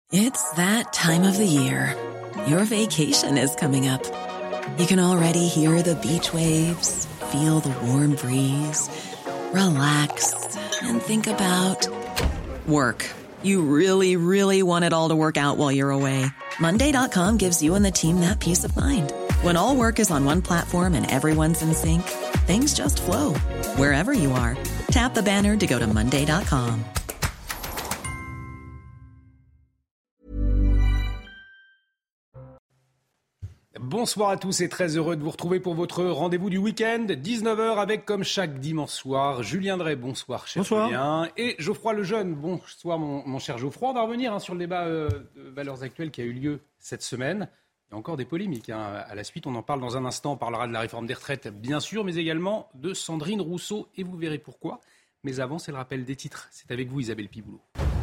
It's that time of the year. Your vacation is coming up. You can already hear the beach waves, feel the warm breeze, relax, and think about work. You really, really want it all to work out while you're away. Monday.com gives you and the team that peace of mind. When all work is on one platform and everyone's in sync, things just flow. Wherever you are, tap the banner to go to Monday.com. Bonsoir à tous et très heureux de vous retrouver pour votre rendez-vous du week-end, 19h avec, comme chaque dimanche soir, Julien Drey. Bonsoir, cher Julien. Et Geoffroy Lejeune. Bonsoir, mon cher Geoffroy. On va revenir sur le débat de Valeurs Actuelles qui a eu lieu cette semaine. Il y a encore des polémiques. À la suite, on en parle dans un instant. On parlera de la réforme des retraites, bien sûr, mais également de Sandrine Rousseau. Et vous verrez pourquoi. Mais avant, c'est le rappel des titres. C'est avec vous, Isabelle Piboulot.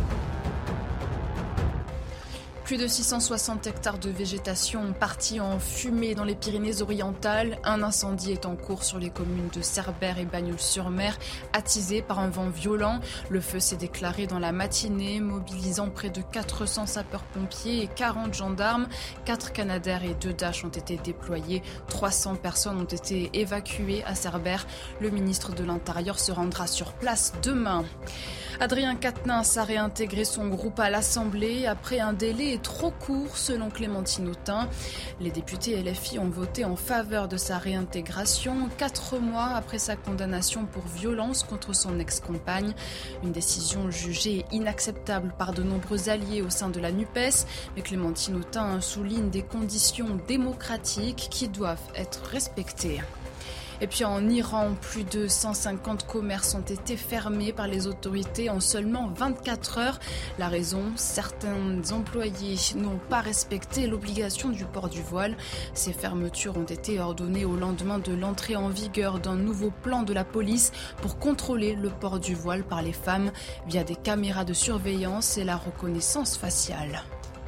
Plus de 660 hectares de végétation partis en fumée dans les Pyrénées-Orientales. Un incendie est en cours sur les communes de Cerbère et Bagnols-sur-Mer, attisé par un vent violent. Le feu s'est déclaré dans la matinée, mobilisant près de 400 sapeurs-pompiers et 40 gendarmes. 4 Canadair et 2 Dash ont été déployés. 300 personnes ont été évacuées à Cerbère. Le ministre de l'Intérieur se rendra sur place demain. Adrien Quatennens a réintégré son groupe à l'Assemblée après un délai trop court selon Clémentine Autain. Les députés LFI ont voté en faveur de sa réintégration 4 mois après sa condamnation pour violence contre son ex-compagne. Une décision jugée inacceptable par de nombreux alliés au sein de la NUPES. Mais Clémentine Autain souligne des conditions démocratiques qui doivent être respectées. Et puis en Iran, plus de 150 commerces ont été fermés par les autorités en seulement 24 heures. La raison, certains employés n'ont pas respecté l'obligation du port du voile. Ces fermetures ont été ordonnées au lendemain de l'entrée en vigueur d'un nouveau plan de la police pour contrôler le port du voile par les femmes via des caméras de surveillance et la reconnaissance faciale.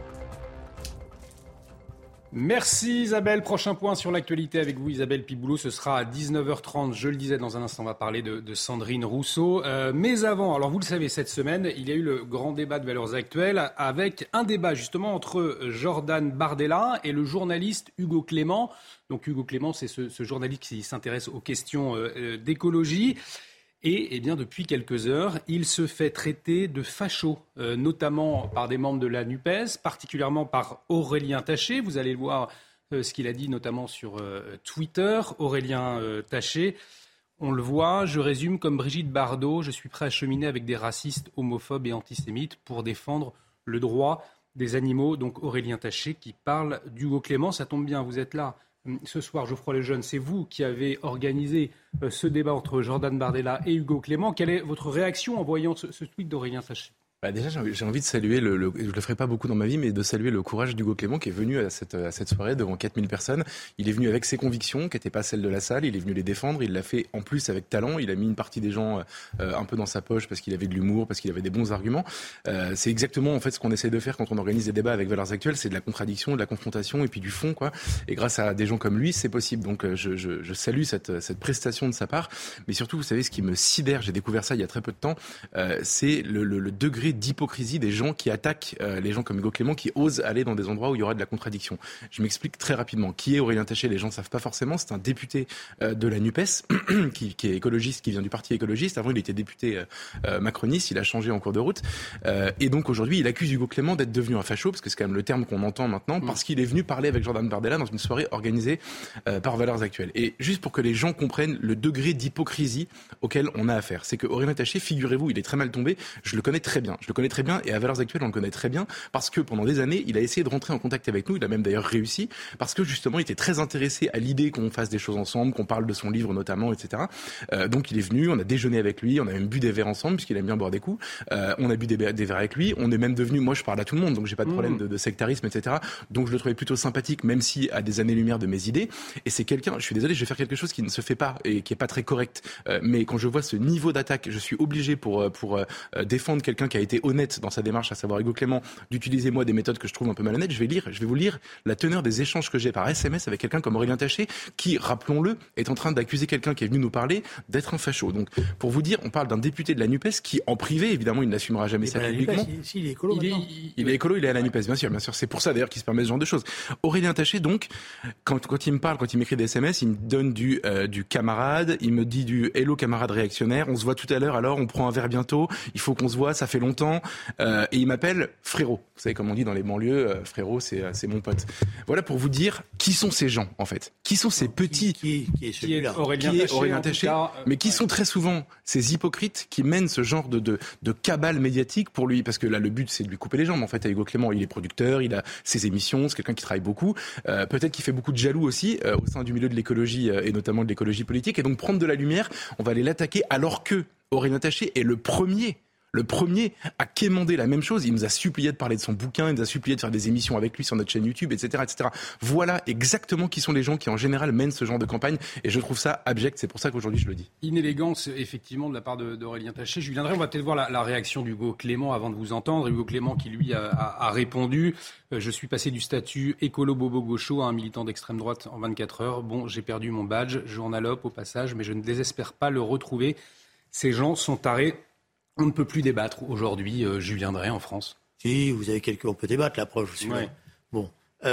Merci Isabelle. Prochain point sur l'actualité avec vous, Isabelle Piboulot. Ce sera à 19h30. Je le disais, dans un instant, on va parler de Sandrine Rousseau. Mais avant, alors vous le savez, cette semaine, il y a eu le grand débat de Valeurs Actuelles avec un débat justement entre Jordan Bardella et le journaliste Hugo Clément. Donc Hugo Clément, c'est ce journaliste qui s'intéresse aux questions d'écologie. Et eh bien, depuis quelques heures, il se fait traiter de facho, notamment par des membres de la NUPES, particulièrement par Aurélien Taché. Vous allez voir ce qu'il a dit notamment sur Twitter. Aurélien Taché, on le voit, je résume comme Brigitte Bardot, je suis prêt à cheminer avec des racistes, homophobes et antisémites pour défendre le droit des animaux. Donc Aurélien Taché qui parle d'Hugo Clément, ça tombe bien, vous êtes là. Ce soir, Geoffroy Lejeune, c'est vous qui avez organisé ce débat entre Jordan Bardella et Hugo Clément. Quelle est votre réaction en voyant ce tweet d'Aurélien Taché ? Déjà, j'ai envie de saluer, je le ferai pas beaucoup dans ma vie, mais de saluer le courage d'Hugo Clément qui est venu à cette soirée devant 4000 personnes. Il est venu avec ses convictions, qui n'étaient pas celles de la salle. Il est venu les défendre. Il l'a fait en plus avec talent. Il a mis une partie des gens un peu dans sa poche parce qu'il avait de l'humour, parce qu'il avait des bons arguments. C'est exactement en fait ce qu'on essaie de faire quand on organise des débats avec Valeurs Actuelles. C'est de la contradiction, de la confrontation et puis du fond, quoi. Et grâce à des gens comme lui, c'est possible. Donc je salue cette prestation de sa part. Mais surtout, vous savez, ce qui me sidère, j'ai découvert ça il y a très peu de temps, c'est le degré d'hypocrisie des gens qui attaquent les gens comme Hugo Clément, qui osent aller dans des endroits où il y aura de la contradiction. Je m'explique très rapidement. Qui est Aurélien Taché ? Les gens ne savent pas forcément. C'est un député de la NUPES qui est écologiste, qui vient du parti écologiste. Avant, il était député macroniste. Il a changé en cours de route. Et donc aujourd'hui, il accuse Hugo Clément d'être devenu un facho, parce que c'est quand même le terme qu'on entend maintenant, parce qu'il est venu parler avec Jordan Bardella dans une soirée organisée par Valeurs Actuelles. Et juste pour que les gens comprennent le degré d'hypocrisie auquel on a affaire. C'est que Aurélien Taché, figurez-vous, il est très mal tombé. Je le connais très bien. Je le connais très bien et à Valeurs Actuelles, on le connaît très bien parce que pendant des années, il a essayé de rentrer en contact avec nous. Il a même d'ailleurs réussi parce que justement, il était très intéressé à l'idée qu'on fasse des choses ensemble, qu'on parle de son livre notamment, etc. Donc il est venu, on a déjeuné avec lui, on a même bu des verres ensemble puisqu'il aime bien boire des coups. On a bu des verres avec lui. On est même devenu, moi je parle à tout le monde, donc j'ai pas de problème de sectarisme, etc. Donc je le trouvais plutôt sympathique, même si à des années-lumière de mes idées. Et c'est quelqu'un, je suis désolé, je vais faire quelque chose qui ne se fait pas et qui est pas très correct. Mais quand je vois ce niveau d'attaque, je suis obligé pour défendre quelqu'un qui a été honnête dans sa démarche, à savoir Hugo Clément, d'utiliser moi des méthodes que je trouve un peu malhonnêtes. Je vais vous lire la teneur des échanges que j'ai par SMS avec quelqu'un comme Aurélien Taché, qui, rappelons-le, est en train d'accuser quelqu'un qui est venu nous parler d'être un facho. Donc, pour vous dire, on parle d'un député de la NUPES qui, en privé, évidemment, il n'assumera jamais ça publiquement. Il est écolo maintenant. Il est écolo, il est à la NUPES, bien sûr. C'est pour ça d'ailleurs qu'il se permet ce genre de choses. Aurélien Taché, donc, quand il me parle, quand il m'écrit des SMS, il me donne du camarade, il me dit du hello camarade réactionnaire, on se voit tout à l'heure, alors on prend un verre bientôt, il faut qu'on se voit, ça fait longtemps, et il m'appelle frérot. Vous savez, comme on dit dans les banlieues, frérot, c'est mon pote. Voilà pour vous dire qui sont ces gens, en fait. Qui sont ces petits... Qui est celui-là ? Aurélien Taché, mais qui sont très souvent ces hypocrites qui mènent ce genre de cabale médiatique pour lui, parce que là, le but, c'est de lui couper les jambes, en fait, à Hugo Clément. Il est producteur, il a ses émissions, c'est quelqu'un qui travaille beaucoup. Peut-être qu'il fait beaucoup de jaloux aussi au sein du milieu de l'écologie et notamment de l'écologie politique. Et donc, prendre de la lumière, on va aller l'attaquer alors que Aurélien Taché est le premier à quémander la même chose. Il nous a supplié de parler de son bouquin, il nous a supplié de faire des émissions avec lui sur notre chaîne YouTube, etc., etc. Voilà exactement qui sont les gens qui, en général, mènent ce genre de campagne. Et je trouve ça abject. C'est pour ça qu'aujourd'hui, je le dis. Inélégance, effectivement, de la part d'Aurélien Taché. Julien Drey, on va peut-être voir la réaction d'Hugo Clément avant de vous entendre. Hugo Clément qui, lui, a répondu « Je suis passé du statut écolo-bobo-gaucho à un militant d'extrême droite en 24 heures. Bon, j'ai perdu mon badge, journalope au passage, mais je ne désespère pas le retrouver. Ces gens sont tarés. » On ne peut plus débattre aujourd'hui, Julien Drey, en France. Si, vous avez on peut débattre, la preuve, je suis là. Bon.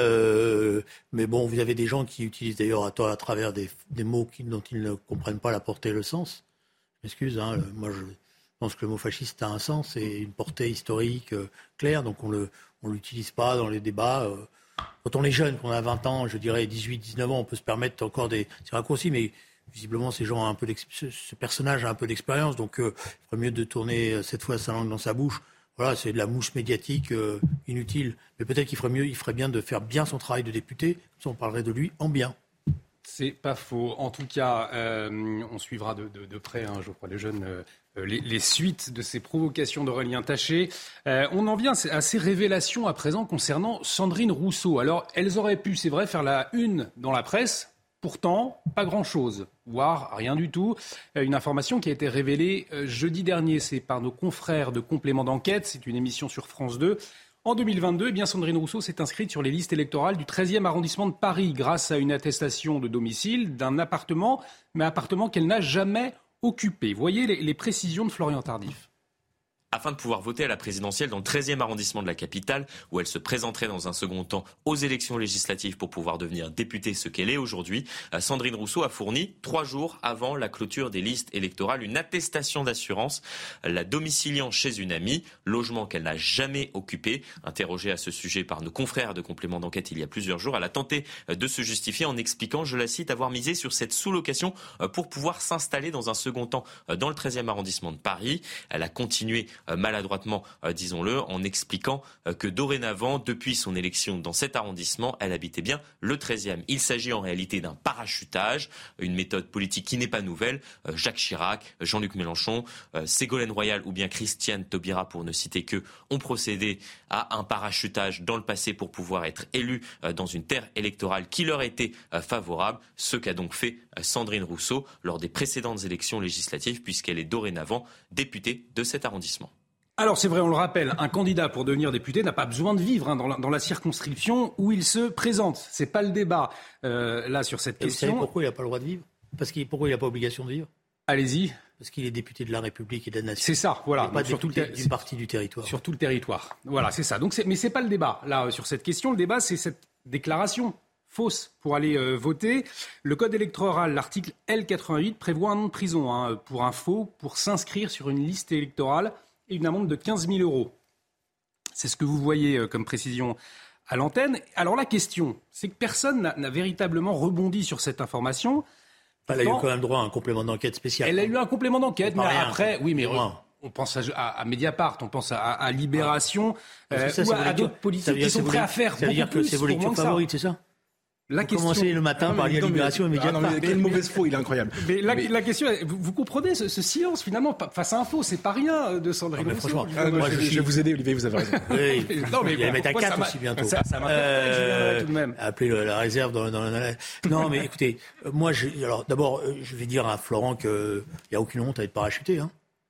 Mais bon, vous avez des gens qui utilisent d'ailleurs à travers des mots dont ils ne comprennent pas la portée et le sens. Je m'excuse, moi je pense que le mot fasciste a un sens et une portée historique claire, donc on l'utilise pas dans les débats. Quand on est jeune, qu'on a 20 ans, je dirais 18, 19 ans, on peut se permettre encore des raccourcis, mais visiblement, ces gens ont ce personnage a un peu d'expérience, donc il ferait mieux de tourner cette fois sa langue dans sa bouche. Voilà, c'est de la mouche médiatique inutile. Mais peut-être qu'il ferait bien de faire bien son travail de député, comme ça on parlerait de lui en bien. C'est pas faux. En tout cas, on suivra de près, Geoffroy Lejeune, les suites de ces provocations d'Aurélien Taché. On en vient à ces révélations à présent concernant Sandrine Rousseau. Alors, elles auraient pu, c'est vrai, faire la une dans la presse. Pourtant, pas grand-chose, voire rien du tout. Une information qui a été révélée jeudi dernier, c'est par nos confrères de Complément d'enquête, c'est une émission sur France 2. En 2022, Sandrine Rousseau s'est inscrite sur les listes électorales du 13e arrondissement de Paris grâce à une attestation de domicile d'un appartement, mais appartement qu'elle n'a jamais occupé. Voyez les précisions de Florian Tardif. Afin de pouvoir voter à la présidentielle dans le 13e arrondissement de la capitale, où elle se présenterait dans un second temps aux élections législatives pour pouvoir devenir députée, ce qu'elle est aujourd'hui, Sandrine Rousseau a fourni 3 jours avant la clôture des listes électorales une attestation d'assurance, la domiciliant chez une amie, logement qu'elle n'a jamais occupé. Interrogée à ce sujet par nos confrères de Complément d'enquête il y a plusieurs jours, elle a tenté de se justifier en expliquant, je la cite, avoir misé sur cette sous-location pour pouvoir s'installer dans un second temps dans le 13e arrondissement de Paris. Elle a continué maladroitement, disons-le, en expliquant que dorénavant, depuis son élection dans cet arrondissement, elle habitait bien le 13e. Il s'agit en réalité d'un parachutage, une méthode politique qui n'est pas nouvelle. Jacques Chirac, Jean-Luc Mélenchon, Ségolène Royal ou bien Christiane Taubira, pour ne citer qu'eux, ont procédé à un parachutage dans le passé pour pouvoir être élus dans une terre électorale qui leur était favorable, ce qu'a donc fait Sandrine Rousseau lors des précédentes élections législatives, puisqu'elle est dorénavant députée de cet arrondissement. Alors c'est vrai, on le rappelle, un candidat pour devenir député n'a pas besoin de vivre dans la circonscription où il se présente. C'est pas le débat là sur cette question. Vous savez pourquoi il n'a pas le droit de vivre ? Pourquoi il n'a pas obligation de vivre ? Allez-y. Parce qu'il est député de la République et de la Nation. C'est ça, voilà. Pas sur d'une partie du territoire. Sur tout le territoire. Voilà, c'est ça. Mais c'est pas le débat là sur cette question. Le débat, c'est cette déclaration fausse pour aller voter. Le code électoral, l'article L88 prévoit un an de prison pour un faux, pour s'inscrire sur une liste électorale. Et une amende de 15 000 €. C'est ce que vous voyez comme précision à l'antenne. Alors la question, c'est que personne n'a véritablement rebondi sur cette information. Elle a eu quand même droit à un complément d'enquête spécial. Elle a eu un complément d'enquête, mais après, oui, mais on pense à Mediapart, on pense à Libération, ou à d'autres politiques qui sont prêts à faire beaucoup plus. Ça veut dire que c'est vos lectures favorites, c'est ça ? La question... Commencez le matin par Libération et Mediapart. Quelle mauvaise faux, il est incroyable. Mais la question, vous comprenez ce silence finalement face à un faux, c'est pas rien de Sandrine Rousseau. Franchement, je vais vous aider, Olivier, vous avez raison. Oui, non, mais il va mettre à 4 aussi bientôt. Ça m'intéresse tout de même. Appelez la réserve dans la... Non, mais écoutez, moi, alors d'abord, je vais dire à Florent qu'il n'y a aucune honte à être parachuté.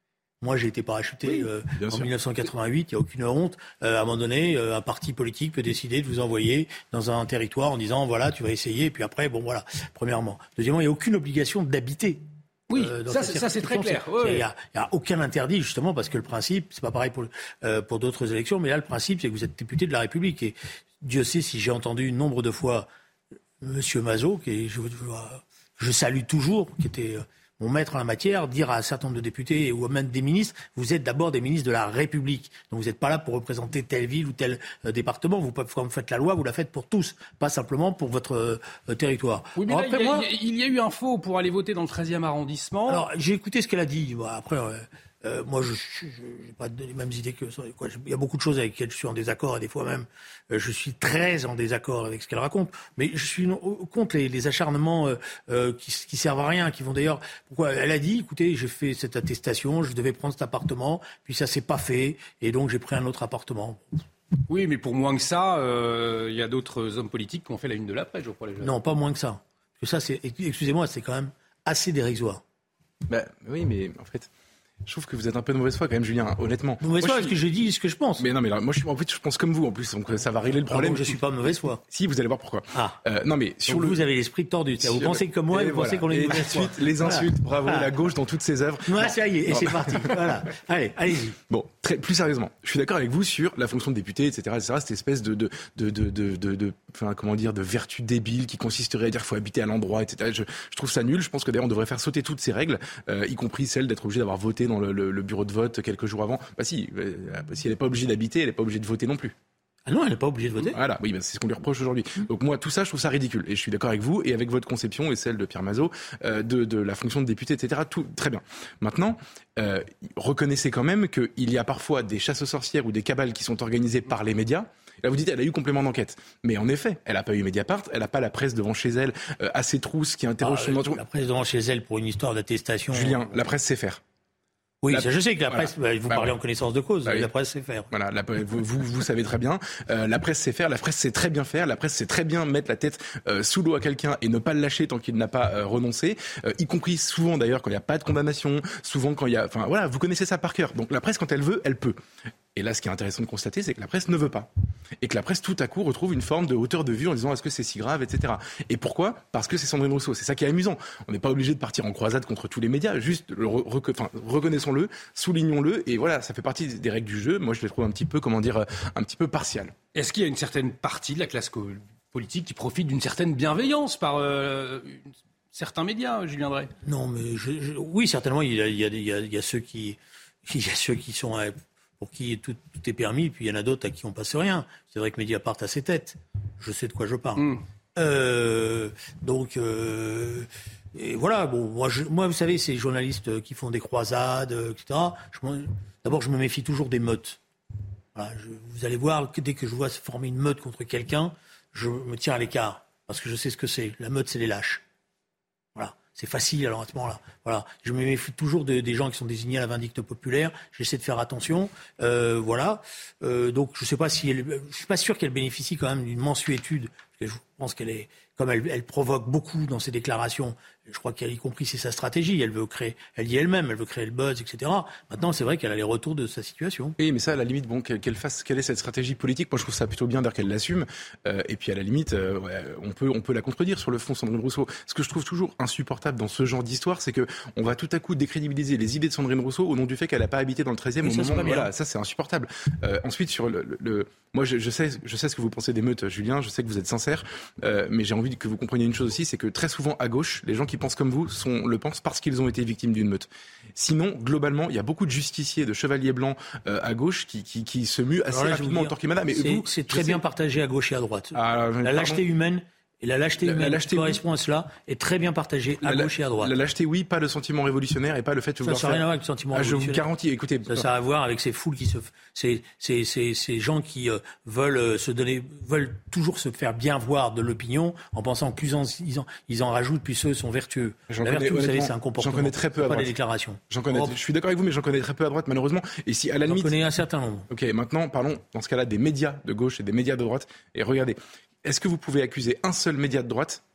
Moi, j'ai été parachuté en 1988, il n'y a aucune honte. À un moment donné, un parti politique peut décider de vous envoyer dans un territoire en disant, voilà, tu vas essayer, et puis après, bon, voilà, premièrement. Deuxièmement, il n'y a aucune obligation d'habiter. Oui, ça c'est très clair. Il n'y a aucun interdit, justement, parce que le principe, c'est pas pareil pour d'autres élections, mais là, le principe, c'est que vous êtes député de la République. Et Dieu sait si j'ai entendu nombre de fois Monsieur Mazot, qui je salue toujours, qui était mon maître en la matière, dire à un certain nombre de députés ou même des ministres, vous êtes d'abord des ministres de la République. Donc vous n'êtes pas là pour représenter telle ville ou tel département. Quand vous faites la loi, vous la faites pour tous, pas simplement pour votre territoire. Oui, mais alors, là, il y a eu un faux pour aller voter dans le 13e arrondissement. Alors, j'ai écouté ce qu'elle a dit. Bon, après, moi, je n'ai pas les mêmes idées que ça. Il y a beaucoup de choses avec lesquelles je suis en désaccord et des fois même, je suis très en désaccord avec ce qu'elle raconte. Mais je suis contre les acharnements qui servent à rien, qui vont d'ailleurs... Pourquoi elle a dit, écoutez, j'ai fait cette attestation, je devais prendre cet appartement, puis ça s'est pas fait, et donc j'ai pris un autre appartement. Oui, mais pour moins que ça, il y a d'autres hommes politiques qui ont fait la une de la presse, je crois. Non, pas moins que ça. Parce que ça, excusez-moi, c'est quand même assez dérisoire. Oui, mais en fait... Je trouve que vous êtes un peu de mauvaise foi quand même, Julien, honnêtement. Mauvaise foi, parce que je dis ce que je pense. Mais non, mais là, moi, je pense comme vous, en plus, donc ça va régler le problème. Donc, je suis pas de mauvaise foi. Si, vous allez voir pourquoi. Non, mais vous avez l'esprit tordu. Vous pensez comme moi, vous pensez qu'on est de mauvaise foi. Les insultes, bravo, la gauche dans toutes ses œuvres. Ouais, ça y est, et c'est parti. Voilà. Allez-y. Bon, plus sérieusement, je suis d'accord avec vous sur la fonction de député, etc., cette espèce de vertu débile qui consisterait à dire qu'il faut habiter à l'endroit, etc. Je trouve ça nul. Je pense que d'ailleurs, on devrait faire sauter toutes ces règles, y compris celle d'être obligé d'avoir voté dans le bureau de vote quelques jours avant. Si elle n'est pas obligée d'habiter, elle n'est pas obligée de voter non plus. Ah non, elle n'est pas obligée de voter. Voilà, oui, c'est ce qu'on lui reproche aujourd'hui. Donc moi, tout ça, je trouve ça ridicule. Et je suis d'accord avec vous et avec votre conception et celle de Pierre Mazot de la fonction de député, etc. Tout très bien. Maintenant, reconnaissez quand même qu'il y a parfois des chasses aux sorcières ou des cabales qui sont organisées par les médias. Là, vous dites, elle a eu complément d'enquête. Mais en effet, elle n'a pas eu Mediapart, elle n'a pas la presse devant chez elle, à ses trousses qui interroge son entourage. La presse devant chez elle pour une histoire d'attestation. Julien, la presse sait faire. Oui, je sais que la presse, vous parlez en connaissance de cause, la presse sait faire. Voilà, vous savez très bien. La presse sait faire, la presse sait très bien faire, la presse sait très bien mettre la tête sous l'eau à quelqu'un et ne pas le lâcher tant qu'il n'a pas renoncé, y compris souvent d'ailleurs quand il n'y a pas de condamnation, souvent quand il y a... Enfin voilà, vous connaissez ça par cœur. Donc la presse, quand elle veut, elle peut. Et là, ce qui est intéressant de constater, c'est que la presse ne veut pas. Et que la presse, tout à coup, retrouve une forme de hauteur de vue en disant est-ce que c'est si grave, etc. Et pourquoi ? Parce que c'est Sandrine Rousseau. C'est ça qui est amusant. On n'est pas obligé de partir en croisade contre tous les médias. Juste reconnaissons-le, soulignons-le. Et voilà, ça fait partie des règles du jeu. Moi, je les trouve un petit peu partiales. Est-ce qu'il y a une certaine partie de la classe politique qui profite d'une certaine bienveillance par certains médias, Julien Drey ? Non, mais oui, certainement, il y a ceux qui sont... pour qui tout est permis, puis il y en a d'autres à qui on passe rien. C'est vrai que Mediapart a ses têtes. Je sais de quoi je parle. Et voilà, bon, moi, vous savez, ces journalistes qui font des croisades, etc., d'abord, je me méfie toujours des meutes. Voilà, vous allez voir, dès que je vois se former une meute contre quelqu'un, je me tiens à l'écart, parce que je sais ce que c'est. La meute, c'est les lâches. Voilà. C'est facile alors à ce moment-là. Voilà. Je me méfie toujours des gens qui sont désignés à la vindicte populaire. J'essaie de faire attention. Voilà. Donc je suis pas sûr qu'elle bénéficie quand même d'une mansuétude. Parce que je pense qu'elle est, comme elle provoque beaucoup dans ses déclarations. Je crois qu'elle y compris c'est sa stratégie. Elle dit elle-même, elle veut créer le buzz, etc. Maintenant, c'est vrai qu'elle a les retours de sa situation. Oui, mais ça, à la limite, bon, quelle est cette stratégie politique ? Moi, je trouve ça plutôt bien qu'elle l'assume. Et puis, à la limite, on peut la contredire sur le fond, Sandrine Rousseau. Ce que je trouve toujours insupportable dans ce genre d'histoire, c'est que on va tout à coup décrédibiliser les idées de Sandrine Rousseau au nom du fait qu'elle n'a pas habité dans le 13e au moment. Voilà, ça, c'est insupportable. Ensuite, sur moi, je sais ce que vous pensez des meutes, Julien. Je sais que vous êtes sincère, mais j'ai envie que vous compreniez une chose aussi, c'est que très souvent à gauche, les gens qui pensent comme vous le pensent parce qu'ils ont été victimes d'une meute. Sinon, globalement, il y a beaucoup de justiciers, de chevaliers blancs à gauche qui se muent assez rapidement en Torquemada. Mais c'est très bien partagé à gauche et à droite. La lâcheté humaine. Et la lâcheté humaine qui correspond à cela est très bien partagée à gauche et à droite. La lâcheté, oui, pas le sentiment révolutionnaire et pas le fait de vouloir ça n'a rien à voir avec le sentiment révolutionnaire. Je vous garantis, écoutez. Ça a à voir avec ces foules ces gens qui veulent toujours se faire bien voir de l'opinion en pensant que plus ils en rajoutent, plus eux sont vertueux. La vertu, vous savez, c'est un comportement. J'en connais très peu à droite. Pas des déclarations. Je suis d'accord avec vous, mais j'en connais très peu à droite, malheureusement. Et si, à la limite. J'en connais un certain nombre. Ok, maintenant, parlons, dans ce cas-là, des médias de gauche et des médias de droite. Et regardez. Est-ce que vous pouvez accuser un seul média de droite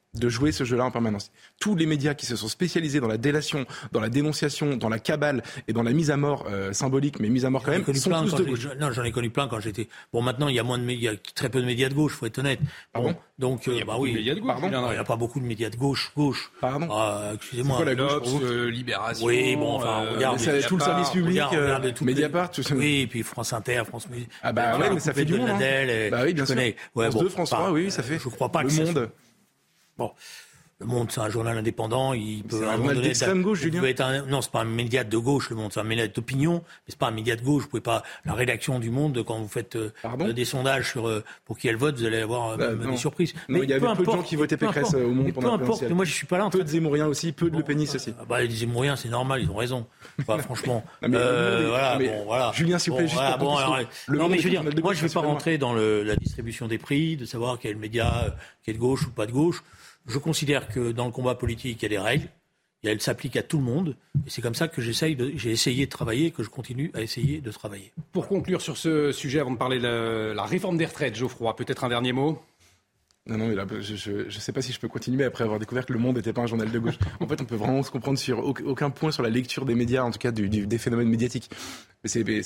de jouer ce jeu-là en permanence. Tous les médias qui se sont spécialisés dans la délation, dans la dénonciation, dans la cabale et dans la mise à mort symbolique, mais mise à mort quand même, sont tous de gauche. Non, j'en ai connu plein quand j'étais... Bon, maintenant, il y a très peu de médias de gauche, faut être honnête. Pardon ? Donc, il y a beaucoup de médias de gauche. Il n'y a pas beaucoup de médias de gauche. Pardon ? Excusez-moi. C'est quoi la gauche, Libération. Oui, bon, enfin, regarde. Tout le service public, Mediapart, tout ça. Oui, et puis France Inter, France Musique. Ah bah ouais, mais ça fait du monde. Bah oui, bien sûr. France 2, France 3, oui, ça fait. Je crois pas Le que Monde. Bon. Le Monde, c'est un journal indépendant. Il peut c'est un journal d'extrême gauche, Julien. Non, c'est pas un média de gauche, Le Monde. C'est un média d'opinion, mais c'est pas un média de gauche. Vous pouvez pas. La rédaction du Monde, quand vous faites des sondages sur pour qui elle vote, vous allez avoir des surprises. Non, mais il y avait peu de gens qui votaient Pécresse au Monde pendant la présidentielle. Moi, je suis pas là. Peu de Zemmouriens aussi, peu de Le Penis aussi. Les Zemmouriens, c'est normal, ils ont raison. Franchement. Voilà. Julien, s'il vous plaît, juste pour non, mais je veux dire, moi, je vais pas rentrer dans la distribution des prix, de savoir quel média qui est de gauche ou pas de gauche. Je considère que dans le combat politique, il y a des règles, elles s'appliquent à tout le monde, et c'est comme ça que j'ai essayé de travailler et que je continue à essayer de travailler. Pour conclure sur ce sujet, avant de parler de la réforme des retraites, Geoffroy, peut-être un dernier mot ? Non, mais là, je ne sais pas si je peux continuer après avoir découvert que Le Monde n'était pas un journal de gauche. En fait, on peut vraiment se comprendre sur aucun point sur la lecture des médias, en tout cas des phénomènes médiatiques. Mais vous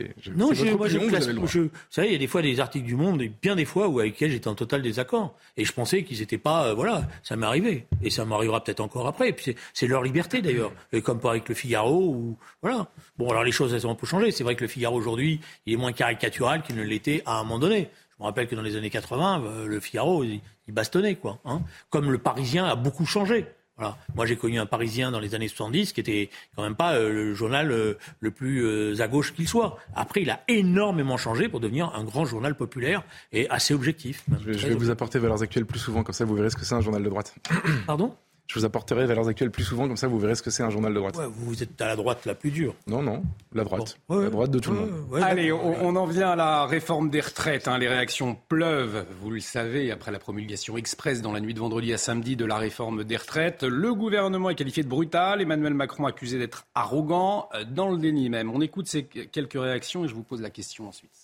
savez, il y a des fois des articles du Monde, et bien des fois avec lesquels j'étais en total désaccord. Et je pensais qu'ils n'étaient pas, ça m'est arrivé. Et ça m'arrivera peut-être encore après. Et puis c'est leur liberté d'ailleurs. Et comme pas avec Le Figaro, ou voilà. Bon, alors les choses, elles ont un peu changé. C'est vrai que Le Figaro aujourd'hui, il est moins caricatural qu'il ne l'était à un moment donné. Je me rappelle que dans les années 80, Le Figaro, il bastonnait, quoi. Comme Le Parisien a beaucoup changé. Voilà. Moi, j'ai connu un Parisien dans les années 70 qui était quand même pas le journal le plus à gauche qu'il soit. Après, il a énormément changé pour devenir un grand journal populaire et assez objectif. Je vais vous apporter Valeurs Actuelles plus souvent, comme ça vous verrez ce que c'est un journal de droite. Pardon ? Je vous apporterai Valeurs Actuelles plus souvent, comme ça vous verrez ce que c'est un journal de droite. Ouais, vous êtes à la droite la plus dure. Non, la droite. Bon. La droite de tout le monde. Allez, on en vient à la réforme des retraites. Les réactions pleuvent, vous le savez, après la promulgation express dans la nuit de vendredi à samedi de la réforme des retraites. Le gouvernement est qualifié de brutal, Emmanuel Macron accusé d'être arrogant, dans le déni même. On écoute ces quelques réactions et je vous pose la question ensuite.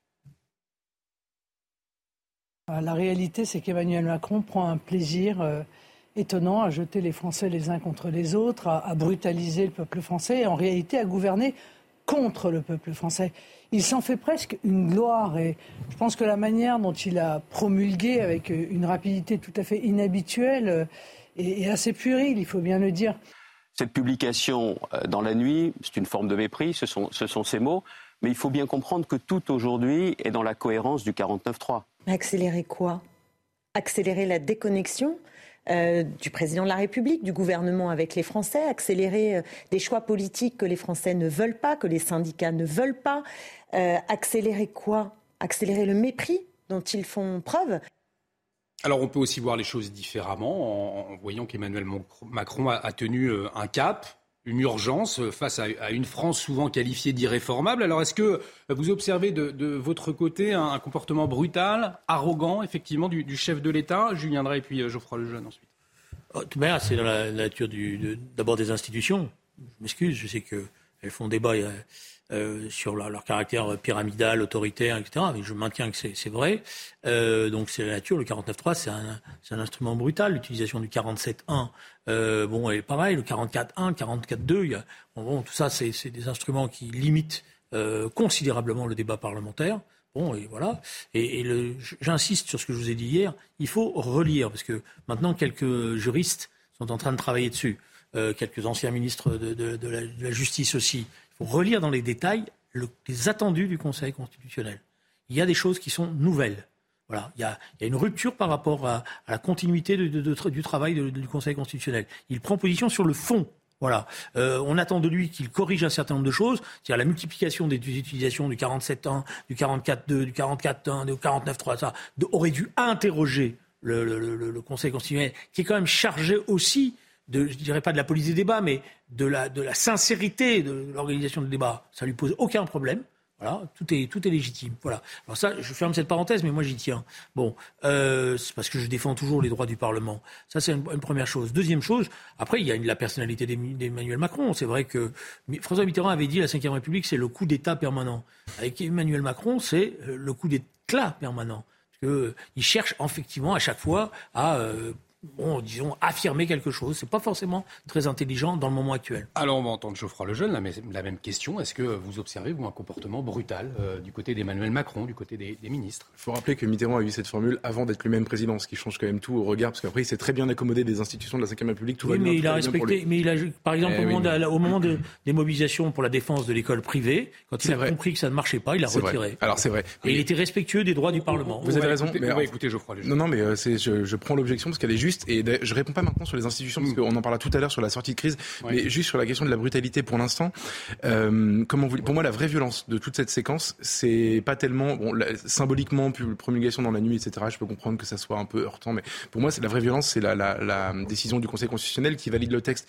La réalité, c'est qu'Emmanuel Macron prend un plaisir étonnant à jeter les Français les uns contre les autres, à brutaliser le peuple français et en réalité à gouverner contre le peuple français. Il s'en fait presque une gloire et je pense que la manière dont il a promulgué avec une rapidité tout à fait inhabituelle est assez puérile, il faut bien le dire. Cette publication dans la nuit, c'est une forme de mépris, ce sont ces mots, mais il faut bien comprendre que tout aujourd'hui est dans la cohérence du 49.3. Accélérer quoi ? Accélérer la déconnexion du président de la République, du gouvernement avec les Français, accélérer des choix politiques que les Français ne veulent pas, que les syndicats ne veulent pas. Accélérer quoi ? Accélérer le mépris dont ils font preuve. Alors on peut aussi voir les choses différemment en voyant qu'Emmanuel Macron a tenu un cap, une urgence face à une France souvent qualifiée d'irréformable. Alors est-ce que vous observez de votre côté un comportement brutal, arrogant effectivement du chef de l'État ? Julien Drey et puis Geoffroy Lejeune ensuite. C'est dans la nature d'abord des institutions. Je m'excuse, je sais qu'elles font débat sur leur caractère pyramidal, autoritaire, etc. Mais je maintiens que c'est vrai. Donc c'est la nature. Le 49.3, c'est un instrument brutal. L'utilisation du 47.1, est pareil. Le 44.1, le 44.2, tout ça, c'est des instruments qui limitent considérablement le débat parlementaire. Et voilà. J'insiste sur ce que je vous ai dit hier. Il faut relire, parce que maintenant, quelques juristes sont en train de travailler dessus. Quelques anciens ministres de la justice aussi. Il faut relire dans les détails les attendus du Conseil constitutionnel. Il y a des choses qui sont nouvelles. Voilà. Il y a une rupture par rapport à la continuité du travail du Conseil constitutionnel. Il prend position sur le fond. Voilà. On attend de lui qu'il corrige un certain nombre de choses, c'est-à-dire la multiplication des utilisations du 47.1, du 44.2, du 44.1, du 49.3, ça aurait dû interroger le Conseil constitutionnel, qui est quand même chargé aussi je dirais pas de la police des débats, mais de la sincérité de l'organisation du débat. Ça lui pose aucun problème. Voilà, tout est légitime. Voilà. Alors ça, je ferme cette parenthèse, mais moi j'y tiens. C'est parce que je défends toujours les droits du Parlement. Ça, c'est une première chose. Deuxième chose, après, il y a la personnalité d'Emmanuel Macron. C'est vrai que François Mitterrand avait dit la Ve République, c'est le coup d'État permanent. Avec Emmanuel Macron, c'est le coup d'éclat permanent. Parce qu'il cherche effectivement à chaque fois à disons, affirmer quelque chose. C'est pas forcément très intelligent dans le moment actuel. Alors, on va entendre Geoffroy Lejeune, la même question. Est-ce que vous observez, vous, un comportement brutal du côté d'Emmanuel Macron, du côté des ministres ? Il faut rappeler que Mitterrand a eu cette formule avant d'être lui-même président, ce qui change quand même tout au regard, parce qu'après, il s'est très bien accommodé des institutions de la Ve République. Tout va bien, mais il a respecté. Mais il a, par exemple, au moment des mobilisations pour la défense de l'école privée, quand il a compris que ça ne marchait pas, il a retiré. Vrai. Alors, c'est vrai. Et il était respectueux des droits du Parlement. Vous avez raison. On va écouter Geoffroy Lejeune. Non, mais je prends l'objection parce qu'elle est juste. Et je réponds pas maintenant sur les institutions parce qu'on en parlera tout à l'heure sur la sortie de crise, mais juste sur la question de la brutalité pour l'instant. Pour moi, la vraie violence de toute cette séquence, c'est pas tellement symboliquement promulgation dans la nuit, etc. Je peux comprendre que ça soit un peu heurtant, mais pour moi, c'est la vraie violence, c'est la décision du Conseil constitutionnel qui valide le texte,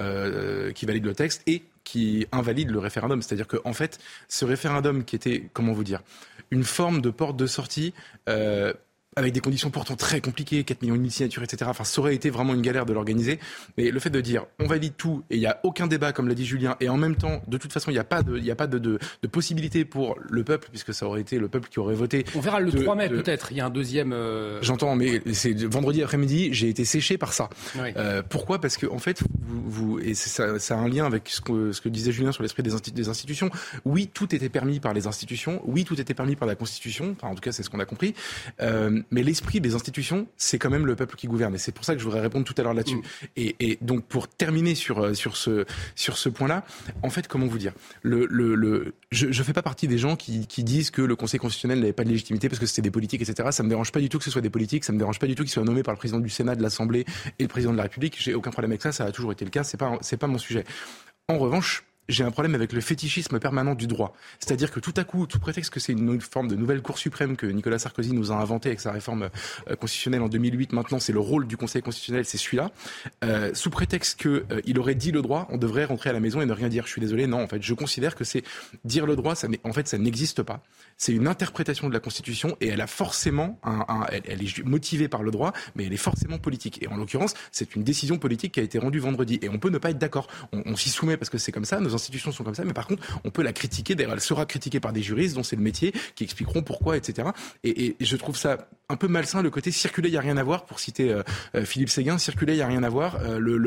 et qui invalide le référendum. C'est-à-dire que en fait, ce référendum qui était, comment vous dire, une forme de porte de sortie. Avec des conditions pourtant très compliquées, 4,5 millions de signatures, etc. Enfin, ça aurait été vraiment une galère de l'organiser. Mais le fait de dire, on valide tout et il n'y a aucun débat, comme l'a dit Julien, et en même temps, de toute façon, il n'y a pas de possibilité pour le peuple, puisque ça aurait été le peuple qui aurait voté. On verra le 3 mai peut-être. Il y a un deuxième. J'entends, mais c'est vendredi après-midi, j'ai été séché par ça. Oui. Pourquoi ? Parce que en fait, et ça a un lien avec ce que disait Julien sur l'esprit des institutions. Oui, tout était permis par les institutions. Oui, tout était permis par la Constitution. Enfin, en tout cas, c'est ce qu'on a compris. Mais l'esprit des institutions, c'est quand même le peuple qui gouverne. Et c'est pour ça que je voudrais répondre tout à l'heure là-dessus. Et donc, pour terminer sur ce point-là, en fait, comment vous dire, je fais pas partie des gens qui disent que le Conseil constitutionnel n'avait pas de légitimité parce que c'était des politiques, etc. Ça me dérange pas du tout que ce soit des politiques. Ça me dérange pas du tout qu'ils soient nommés par le président du Sénat, de l'Assemblée et le président de la République. J'ai aucun problème avec ça. Ça a toujours été le cas. C'est pas mon sujet. En revanche, j'ai un problème avec le fétichisme permanent du droit. C'est-à-dire que tout à coup, tout prétexte que c'est une forme de nouvelle Cour suprême que Nicolas Sarkozy nous a inventé avec sa réforme constitutionnelle en 2008, maintenant c'est le rôle du Conseil constitutionnel, c'est celui-là. Sous prétexte qu'il aurait dit le droit, on devrait rentrer à la maison et ne rien dire. Je suis désolé, non, en fait, je considère que c'est dire le droit, ça n'existe pas. C'est une interprétation de la Constitution et elle a forcément elle est motivée par le droit, mais elle est forcément politique. Et en l'occurrence, c'est une décision politique qui a été rendue vendredi. Et on peut ne pas être d'accord. On s'y soumet parce que c'est comme ça, nos institutions sont comme ça, mais par contre, on peut la critiquer. D'ailleurs, elle sera critiquée par des juristes dont c'est le métier, qui expliqueront pourquoi, etc. Et je trouve ça un peu malsain, le côté circuler, il n'y a rien à voir, pour citer Philippe Séguin, circuler, il n'y a rien à voir.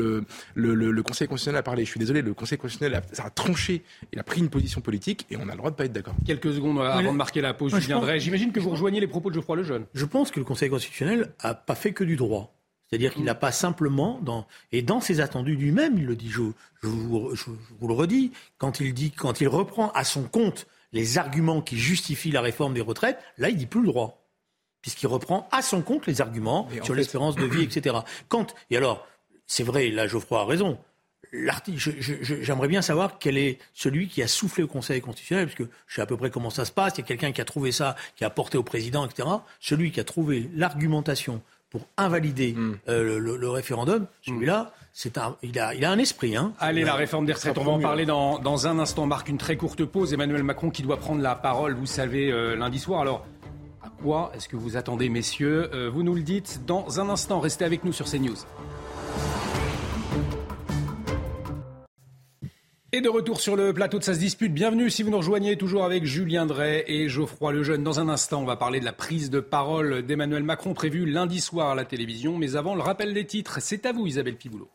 Le Conseil constitutionnel a parlé, je suis désolé, le Conseil constitutionnel a tranché, il a pris une position politique et on a le droit de ne pas être d'accord. Quelques secondes avant de marquer la pause, je viendrai. J'imagine que vous rejoignez les propos de Geoffroy Lejeune. Je pense que le Conseil constitutionnel n'a pas fait que du droit. C'est-à-dire qu'il n'a pas simplement, dans ses attendus lui-même, il le dit, je vous le redis, quand il reprend à son compte les arguments qui justifient la réforme des retraites, là, il dit plus le droit. Puisqu'il reprend à son compte les arguments sur l'espérance de vie, etc. Et alors, c'est vrai, là, Geoffroy a raison. J'aimerais bien savoir quel est celui qui a soufflé au Conseil constitutionnel, parce que je sais à peu près comment ça se passe. Il y a quelqu'un qui a trouvé ça, qui a porté au président, etc. Celui qui a trouvé l'argumentation pour invalider le référendum, celui-là, il a un esprit. Hein. Allez, la réforme des retraites, on va en parler dans un instant. On marque une très courte pause. Emmanuel Macron qui doit prendre la parole, vous savez, lundi soir. Alors, à quoi est-ce que vous attendez, messieurs ? Vous nous le dites dans un instant. Restez avec nous sur CNews. Et de retour sur le plateau de Ça se dispute. Bienvenue si vous nous rejoignez, toujours avec Julien Drey et Geoffroy Lejeune. Dans un instant, on va parler de la prise de parole d'Emmanuel Macron prévue lundi soir à la télévision. Mais avant, le rappel des titres. C'est à vous, Isabelle Piboulot.